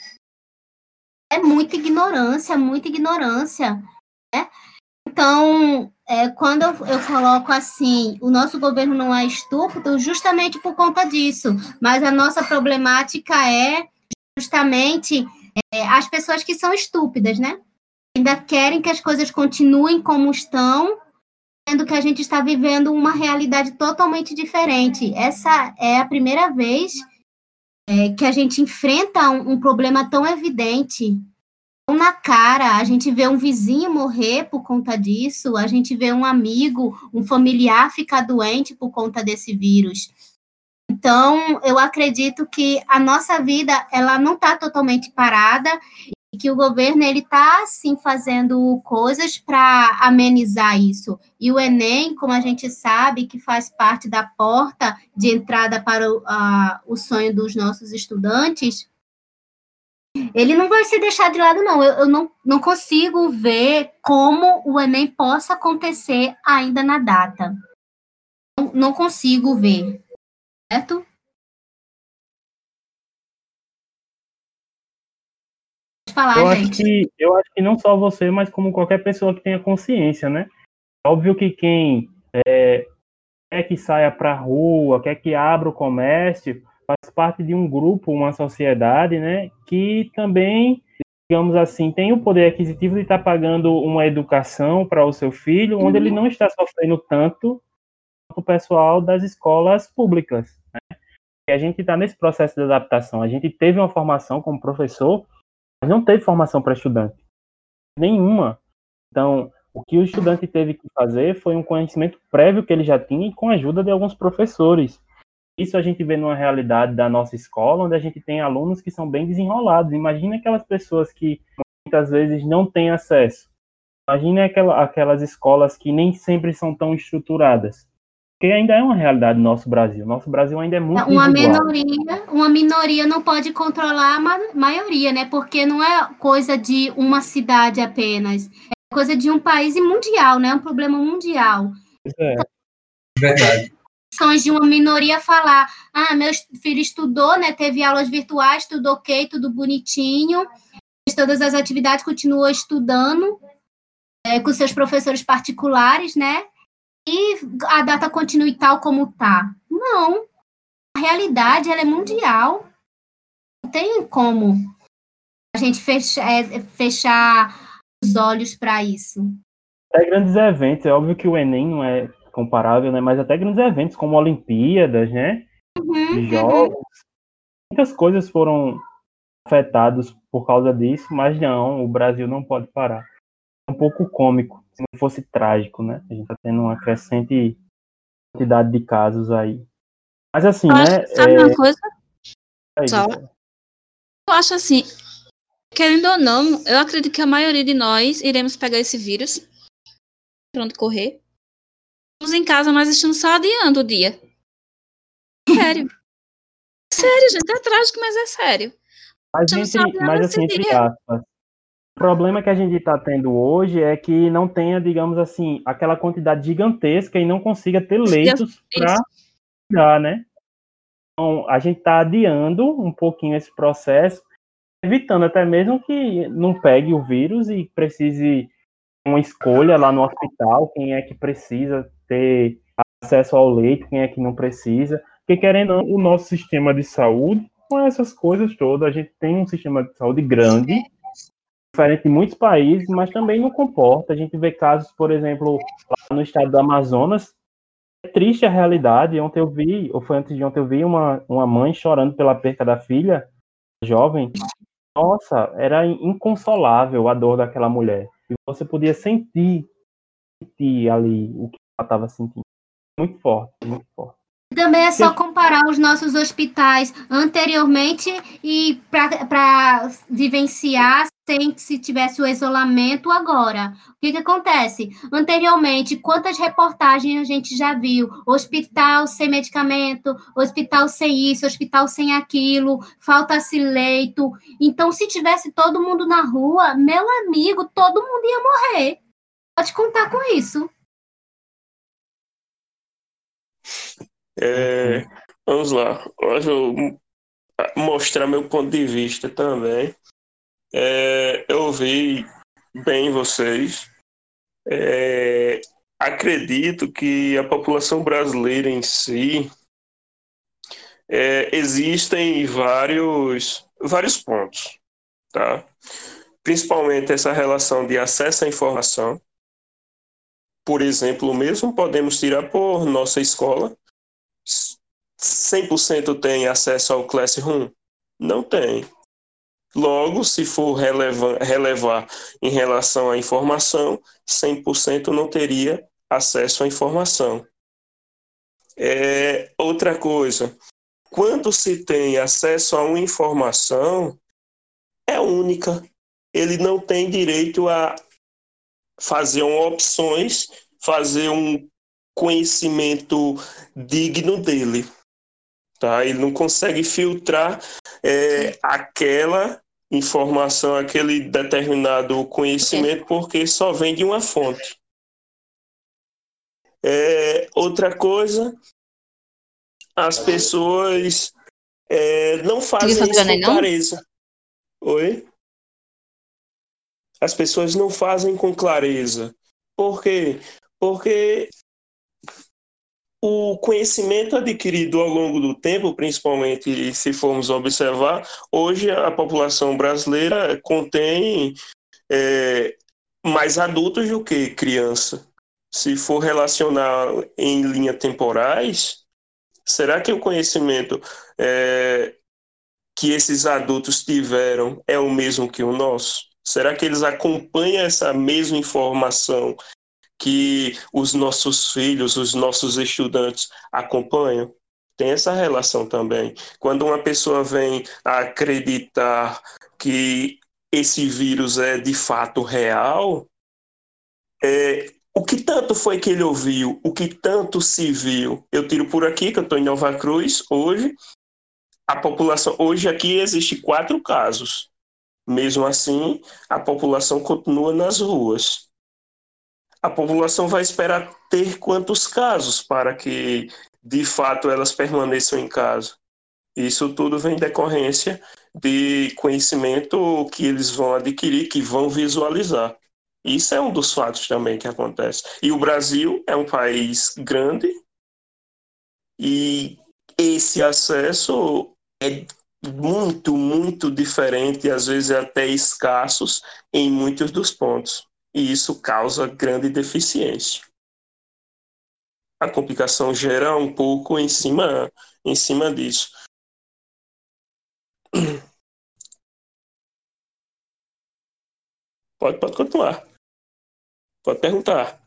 é muita ignorância, né? Então, quando eu coloco assim, o nosso governo não é estúpido, justamente por conta disso, mas a nossa problemática é justamente as pessoas que são estúpidas, né? Ainda querem que as coisas continuem como estão, sendo que a gente está vivendo uma realidade totalmente diferente. Essa é a primeira vez que a gente enfrenta um problema tão evidente, na cara, a gente vê um vizinho morrer por conta disso, a gente vê um amigo, um familiar ficar doente por conta desse vírus. Então, eu acredito que a nossa vida, ela não está totalmente parada e que o governo, ele está, sim, fazendo coisas para amenizar isso. E o Enem, como a gente sabe, que faz parte da porta de entrada para o sonho dos nossos estudantes, ele não vai ser deixado de lado, não. Eu não consigo ver como o Enem possa acontecer ainda na data. Não consigo ver, certo? Pode falar, gente. Eu acho que não só você, mas como qualquer pessoa que tenha consciência, né? Óbvio que quem quer que saia para a rua, quer que abra o comércio, faz parte de um grupo, uma sociedade, né, que também, digamos assim, tem o poder aquisitivo de estar pagando uma educação para o seu filho, onde ele não está sofrendo tanto quanto o pessoal das escolas públicas, né? E a gente está nesse processo de adaptação. A gente teve uma formação como professor, mas não teve formação para estudante. Nenhuma. Então, O que o estudante teve que fazer foi um conhecimento prévio que ele já tinha e com a ajuda de alguns professores. Isso a gente vê numa realidade da nossa escola, onde a gente tem alunos que são bem desenrolados. Imagina aquelas pessoas que muitas vezes não têm acesso. Imagina aquelas escolas que nem sempre são tão estruturadas. Porque ainda é uma realidade no nosso Brasil. Nosso Brasil ainda é muito desigual. Uma minoria não pode controlar a maioria, né? Porque não é coisa de uma cidade apenas. É coisa de um país e mundial, né? É um problema mundial. É. Verdade. De uma minoria falar, meu filho estudou, né? Teve aulas virtuais, tudo ok, tudo bonitinho, fez todas as atividades, continuou estudando com seus professores particulares, né? E a data continue tal como tá. Não. A realidade, ela é mundial. Não tem como a gente fechar os olhos para isso. Até grandes eventos, é óbvio que o Enem não é comparável, né? Mas até grandes eventos como Olimpíadas, né? Jogos, muitas coisas foram afetadas por causa disso, mas não, o Brasil não pode parar. É um pouco cômico, se não fosse trágico, né? A gente tá tendo uma crescente quantidade de casos aí. Mas assim, né? Sabe uma coisa? Só. Eu acho assim, querendo ou não, eu acredito que a maioria de nós iremos pegar esse vírus, pronto, correr. Estamos em casa, mas estamos só adiando o dia. Sério. Sério, gente, é trágico, mas é sério. Mas assim, entre aspas, o problema que a gente está tendo hoje é que não tenha, digamos assim, aquela quantidade gigantesca e não consiga ter leitos para cuidar, né? Então, a gente está adiando um pouquinho esse processo, evitando até mesmo que não pegue o vírus e precise uma escolha lá no hospital, quem é que precisa ter acesso ao leito, quem é que não precisa. Porque, querendo ou não, o nosso sistema de saúde, com essas coisas todas, a gente tem um sistema de saúde grande, diferente de muitos países, mas também não comporta. A gente vê casos, por exemplo, lá no estado do Amazonas. É triste a realidade. Ontem eu vi, ou foi antes de ontem, eu vi uma mãe chorando pela perda da filha, jovem. Nossa, era inconsolável a dor daquela mulher. E você podia sentir ali o que ela estava sentindo. Muito forte, muito forte. Também é só comparar os nossos hospitais anteriormente e para vivenciar se tivesse o isolamento agora. O que acontece? Anteriormente, quantas reportagens a gente já viu? Hospital sem medicamento, hospital sem isso, hospital sem aquilo, falta-se leito. Então, se tivesse todo mundo na rua, meu amigo, todo mundo ia morrer. Pode contar com isso. Vamos lá. Hoje eu vou mostrar meu ponto de vista também. Eu ouvi bem vocês. Acredito que a população brasileira em si existem vários pontos, tá? Principalmente essa relação de acesso à informação. Por exemplo, mesmo podemos tirar por nossa escola. 100% tem acesso ao Classroom? Não tem. Logo, se for relevar em relação à informação, 100% não teria acesso à informação. Outra coisa, quando se tem acesso a uma informação, é única. Ele não tem direito a fazer opções, fazer um conhecimento digno dele. Tá? Ele não consegue filtrar aquela informação, aquele determinado conhecimento, porque só vem de uma fonte. Outra coisa, as pessoas não fazem isso com clareza. Oi? As pessoas não fazem com clareza. Por quê? Porque o conhecimento adquirido ao longo do tempo, principalmente se formos observar, hoje a população brasileira contém mais adultos do que criança. Se for relacionar em linhas temporais, será que o conhecimento que esses adultos tiveram é o mesmo que o nosso? Será que eles acompanham essa mesma informação que os nossos filhos, os nossos estudantes acompanham? Tem essa relação também. Quando uma pessoa vem a acreditar que esse vírus é de fato real, o que tanto foi que ele ouviu? O que tanto se viu? Eu tiro por aqui, que eu estou em Nova Cruz hoje. A população, hoje aqui existe 4 casos. Mesmo assim, a população continua nas ruas. A população vai esperar ter quantos casos para que, de fato, elas permaneçam em casa? Isso tudo vem decorrência de conhecimento que eles vão adquirir, que vão visualizar. Isso é um dos fatos também que acontece. E o Brasil é um país grande e esse acesso é muito, muito diferente e às vezes até escassos em muitos dos pontos. E isso causa grande deficiência. A complicação gera um pouco em cima disso. Pode continuar. Pode perguntar.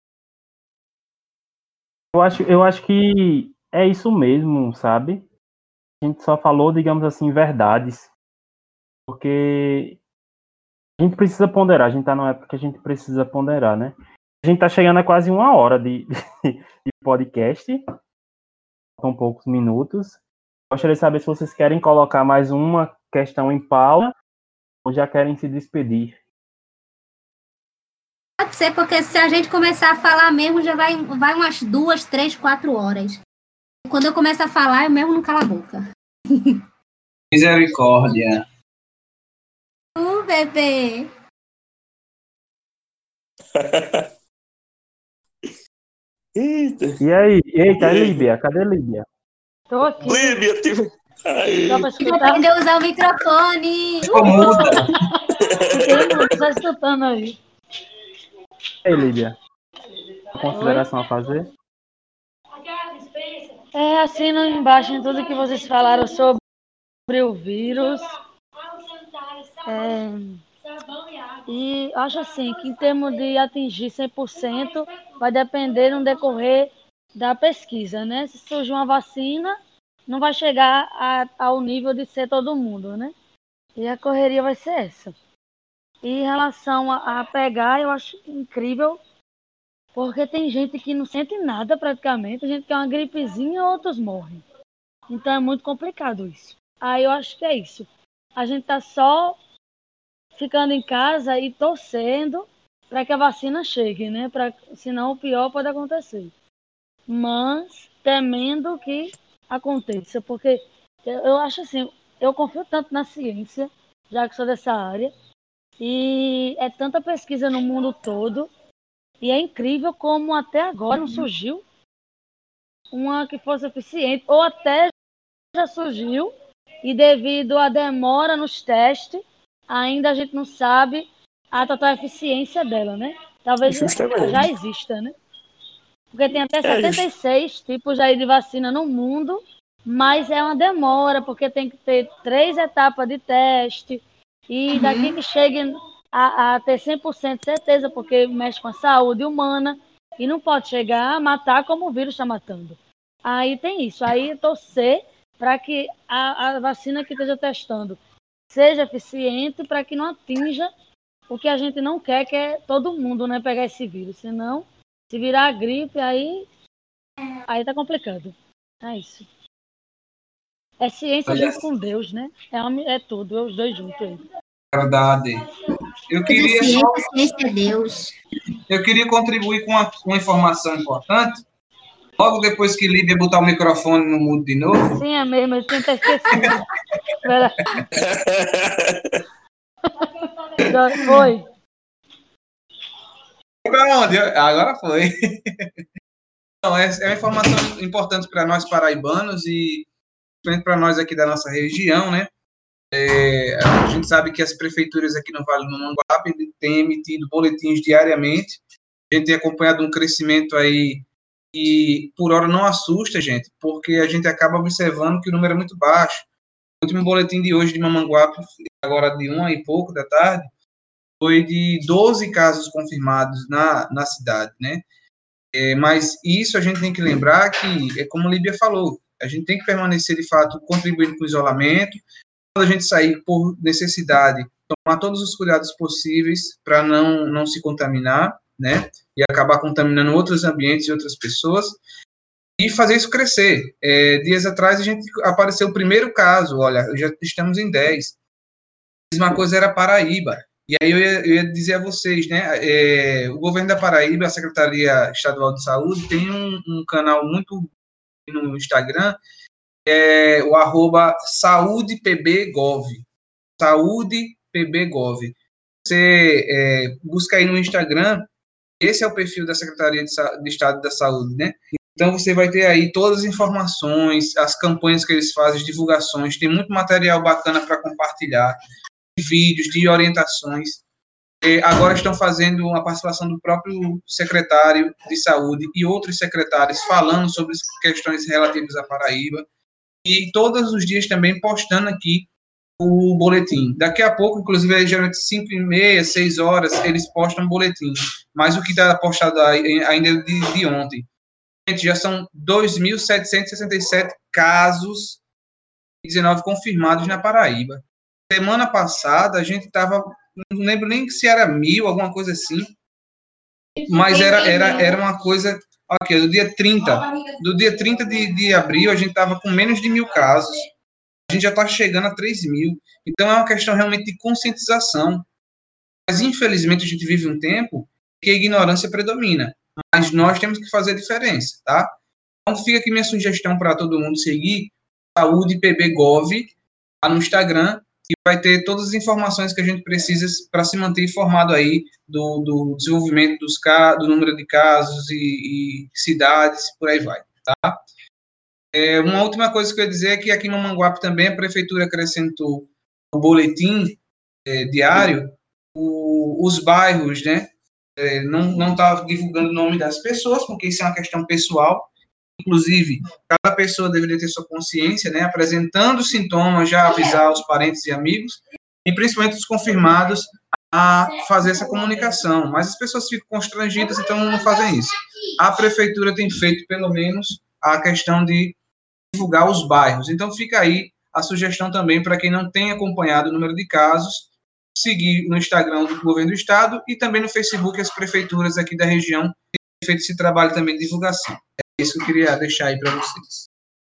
Eu acho que é isso mesmo, sabe? A gente só falou, digamos assim, verdades. Porque a gente precisa ponderar. A gente tá numa época que a gente precisa ponderar, né? A gente tá chegando a quase 1 hora de podcast. Faltam poucos minutos. Gostaria de saber se vocês querem colocar mais uma questão em pauta ou já querem se despedir. Pode ser, porque se a gente começar a falar mesmo, já vai umas 2, 3, 4 horas. Quando eu começo a falar, eu mesmo não calo a boca. Misericórdia. Bebê. Eita. E aí? Eita, é Líbia. Cadê Líbia? Tô aqui. Líbia, Aí. Só pra escutar. Aprendeu a usar o microfone. Ficou muda. Fiquei só escutando aí. E aí, Líbia? Consideração a fazer? Assino embaixo em tudo que vocês falaram sobre o vírus. E acho assim que em termos de atingir 100% vai depender no decorrer da pesquisa, né? Se surgir uma vacina, não vai chegar ao nível de ser todo mundo, né? E a correria vai ser essa. E em relação a pegar, eu acho incrível, porque tem gente que não sente nada praticamente, tem gente que é uma gripezinha, outros morrem. Então é muito complicado isso. Aí eu acho que é isso. A gente tá só ficando em casa e torcendo para que a vacina chegue, né? Senão o pior pode acontecer. Mas temendo que aconteça, porque eu acho assim, eu confio tanto na ciência, já que sou dessa área, e é tanta pesquisa no mundo todo, e é incrível como até agora não surgiu uma que fosse eficiente, ou até já surgiu, e devido à demora nos testes, ainda a gente não sabe a total eficiência dela, né? Talvez Justamente. já exista, né? Porque tem até 76 tipos aí de vacina no mundo, mas é uma demora, porque tem que ter 3 etapas de teste, e daqui que chegue a ter 100% de certeza, porque mexe com a saúde humana, e não pode chegar a matar como o vírus está matando. Aí tem isso, aí torcer para que a vacina que esteja testando seja eficiente para que não atinja o que a gente não quer, que é todo mundo, né, pegar esse vírus. Senão, se virar a gripe, aí tá complicado. É isso. É ciência junto com Deus, né? É tudo, é os dois juntos aí. Verdade. Eu queria Ciência é Deus. Eu queria contribuir com uma informação importante. Logo depois que Líbia botar o microfone no mudo de novo. Sim, é mesmo, eu tinha até esquecido. Foi. Para onde? Agora foi. Então, é uma informação importante para nós paraibanos e para nós aqui da nossa região, né? A gente sabe que as prefeituras aqui no Vale do Mamanguape têm emitido boletins diariamente. A gente tem acompanhado um crescimento aí que, por hora, não assusta, gente, porque a gente acaba observando que o número é muito baixo. O último boletim de hoje de Mamanguape, agora de 1h e pouco da tarde, foi de 12 casos confirmados na cidade, né? Mas isso a gente tem que lembrar que, é como a Líbia falou, a gente tem que permanecer, de fato, contribuindo com o isolamento. Quando a gente sair por necessidade, tomar todos os cuidados possíveis para não se contaminar, né? E acabar contaminando outros ambientes e outras pessoas. E fazer isso crescer. Dias atrás, apareceu o primeiro caso, olha, já estamos em 10. A mesma coisa era Paraíba. E aí eu ia dizer a vocês, né, o governo da Paraíba, a Secretaria Estadual de Saúde, tem um canal muito no Instagram, o @saudepbgov. Saudepbgov. Você busca aí no Instagram, esse é o perfil da Secretaria de Estado da Saúde, né? Então você vai ter aí todas as informações, as campanhas que eles fazem, as divulgações, tem muito material bacana para compartilhar, vídeos, de orientações. Agora estão fazendo uma participação do próprio secretário de saúde e outros secretários falando sobre questões relativas à Paraíba, e todos os dias também postando aqui o boletim. Daqui a pouco, inclusive, geralmente 5h30, 6 horas, eles postam um boletim, mas o que está postado ainda é de ontem. Já são 2.767 casos de 19 confirmados na Paraíba. Semana passada, a gente estava, não lembro nem se era 1.000, alguma coisa assim, mas era uma coisa, ok, do dia 30 de abril, a gente estava com menos de 1.000 casos, a gente já está chegando a 3.000, então é uma questão realmente de conscientização, mas infelizmente a gente vive um tempo que a ignorância predomina, mas nós temos que fazer a diferença, tá? Então fica aqui minha sugestão para todo mundo seguir SaúdePBGov lá no Instagram, e vai ter todas as informações que a gente precisa para se manter informado aí do desenvolvimento do número de casos e cidades, por aí vai, tá? Uma última coisa que eu ia dizer é que aqui no Mamanguape também a prefeitura acrescentou o boletim diário, os bairros, né? Não está divulgando o nome das pessoas, porque isso é uma questão pessoal. Inclusive, cada pessoa deveria ter sua consciência, né? Apresentando sintomas, já avisar os parentes e amigos, e principalmente os confirmados, a fazer essa comunicação. Mas as pessoas ficam constrangidas, então não fazem isso. A prefeitura tem feito, pelo menos, a questão de divulgar os bairros. Então, fica aí a sugestão também para quem não tem acompanhado o número de casos, seguir no Instagram do Governo do Estado e também no Facebook as prefeituras aqui da região têm feito esse trabalho também de divulgação. É isso que eu queria deixar aí para vocês.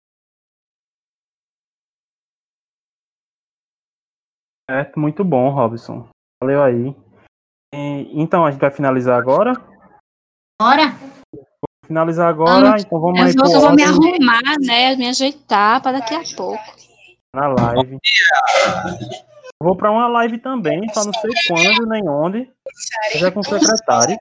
Muito bom, Robson. Valeu aí. Então, a gente vai finalizar agora? Bora? Finalizar agora, então vamos aí eu vou me arrumar, né, me ajeitar para daqui a pouco. Na live. Eu vou para uma live também, só não sei quando nem onde. Já com o secretário.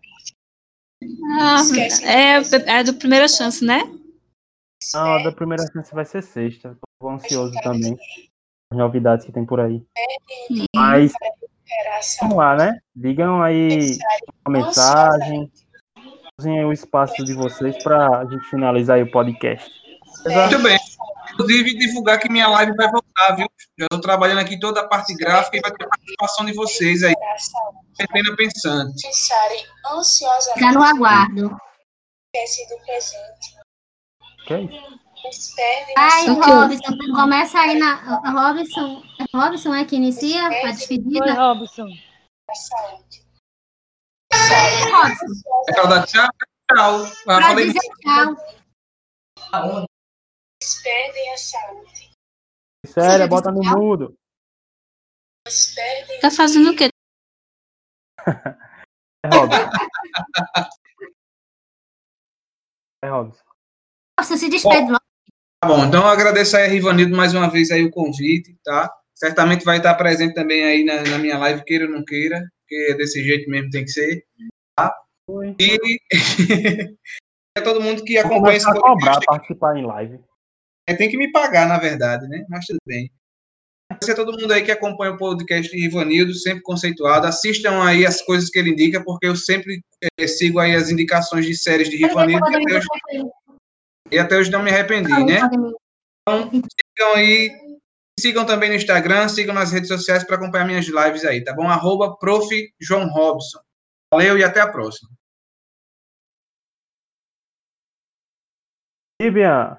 É do Primeira Chance, né? Não, a da Primeira Chance vai ser sexta. Tô ansioso também. As novidades que tem por aí. Mas vamos lá, né? Digam aí uma mensagem. Usem o espaço de vocês para a gente finalizar aí o podcast. Muito bem. Inclusive, divulgar que minha live vai voltar, viu? Já estou trabalhando aqui toda a parte gráfica e vai ter participação de vocês aí. É pena pensante. Já no aguardo. Que é isso? Ai, Robson, começa aí na... Robson é que inicia a despedida? Oi, Robson. Robson. É para dar tchau? Tchau. Pra dizer tchau. Perdem a saúde. Sério, bota no mudo. Tá fazendo o quê? Robson. Robson. Você se despede logo. Tá bom, então eu agradeço aí a Rivanildo mais uma vez aí o convite, tá? Certamente vai estar presente também aí na minha live, queira ou não queira, porque desse jeito mesmo tem que ser, tá? E é todo mundo que acompanha esse podcast. Cobrar, participar em live. Tem que me pagar, na verdade, né? Mas tudo bem. Agradecer a todo mundo aí que acompanha o podcast de Rivanildo, sempre conceituado. Assistam aí as coisas que ele indica, porque eu sempre sigo aí as indicações de séries de Rivanildo e até hoje não me arrependi, né? Então, sigam aí Sigam também no Instagram, sigam nas redes sociais para acompanhar minhas lives aí, tá bom? @Prof. João Robson. Valeu e até a próxima. Vivian,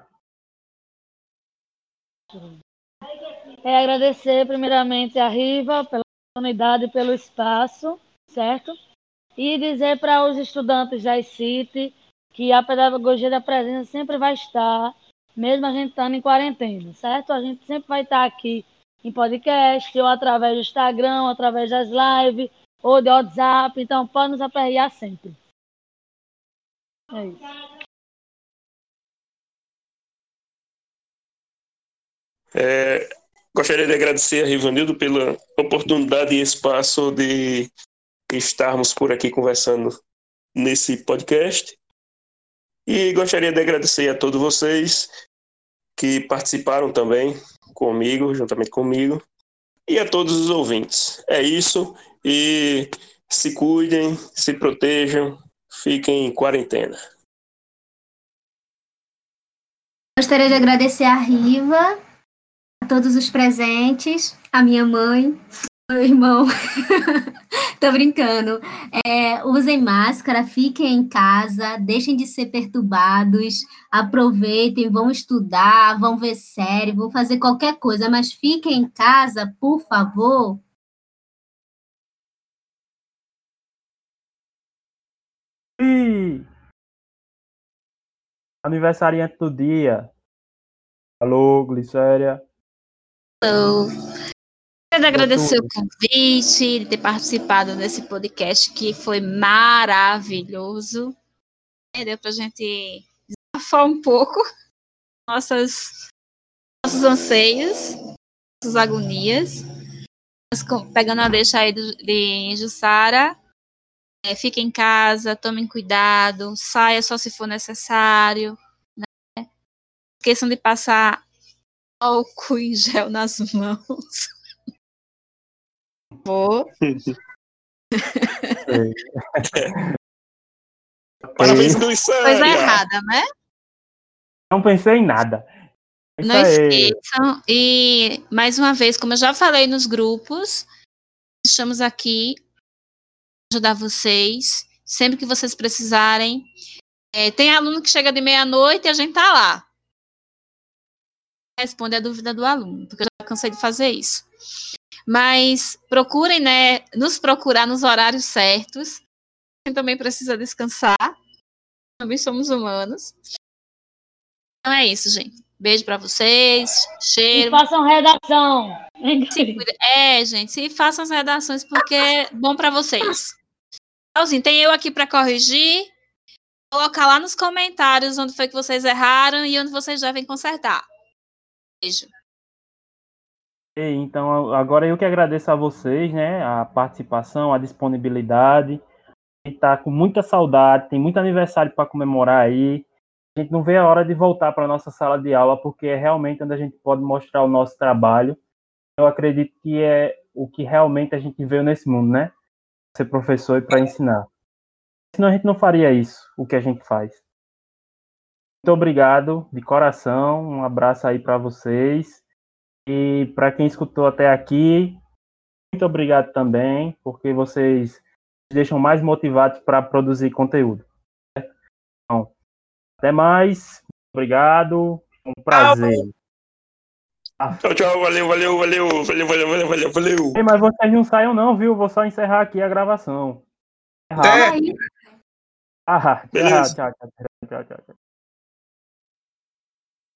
Agradecer primeiramente a Riva pela oportunidade e pelo espaço, certo? E dizer para os estudantes da ICIT que a pedagogia da presença sempre vai estar, mesmo a gente estando em quarentena, certo? A gente sempre vai estar aqui em podcast, ou através do Instagram, ou através das lives, ou de WhatsApp, então pode nos aperrear sempre. É isso. Gostaria de agradecer a Rivanildo pela oportunidade e espaço de estarmos por aqui conversando nesse podcast. E gostaria de agradecer a todos vocês que participaram também comigo, juntamente comigo, e a todos os ouvintes. É isso, e se cuidem, se protejam, fiquem em quarentena. Gostaria de agradecer a Riva, a todos os presentes, a minha mãe, meu irmão. Tô brincando. Usem máscara, fiquem em casa, deixem de ser perturbados, aproveitem, vão estudar, vão ver série, vão fazer qualquer coisa, mas fiquem em casa, por favor. e aniversariante do dia. Alô, Glicéria. Então, quero agradecer o tudo. convite, de ter participado desse podcast que foi maravilhoso. Deu pra gente desabafar um pouco nossos anseios, nossas agonias. Mas, pegando a deixa aí de Jussara, fique em casa, tomem cuidado, saia só se for necessário, né? Esqueçam de passar álcool em gel nas mãos. Vou. Parabéns, Glicéria! Coisa errada, né? Não pensei em nada. Isso Não aí. esqueçam. E, mais uma vez, como eu já falei nos grupos, estamos aqui para ajudar vocês. Sempre que vocês precisarem. Tem aluno que chega de meia-noite e a gente tá lá. Responde a dúvida do aluno, porque eu já cansei de fazer isso. Mas procurem, né, nos procurar nos horários certos. A gente também precisa descansar. Também somos humanos. Então é isso, gente. Beijo pra vocês. Cheiro. E façam redação. Gente, se façam as redações porque é bom pra vocês. Então, tem eu aqui pra corrigir. Colocar lá nos comentários onde foi que vocês erraram e onde vocês devem consertar. Beijo. Então, agora eu que agradeço a vocês, né, a participação, a disponibilidade. A gente tá com muita saudade, tem muito aniversário para comemorar aí. A gente não vê a hora de voltar para nossa sala de aula, porque é realmente onde a gente pode mostrar o nosso trabalho. Eu acredito que é o que realmente a gente veio nesse mundo, né? Ser professor e para ensinar. Senão a gente não faria isso, o que a gente faz. Muito obrigado, de coração. Um abraço aí para vocês. E para quem escutou até aqui, muito obrigado também, porque vocês me deixam mais motivados para produzir conteúdo. Então, até mais. Obrigado. Um prazer. Tchau, valeu. Ei, mas vocês não saiam não, viu? Vou só encerrar aqui a gravação. Até. Tchau.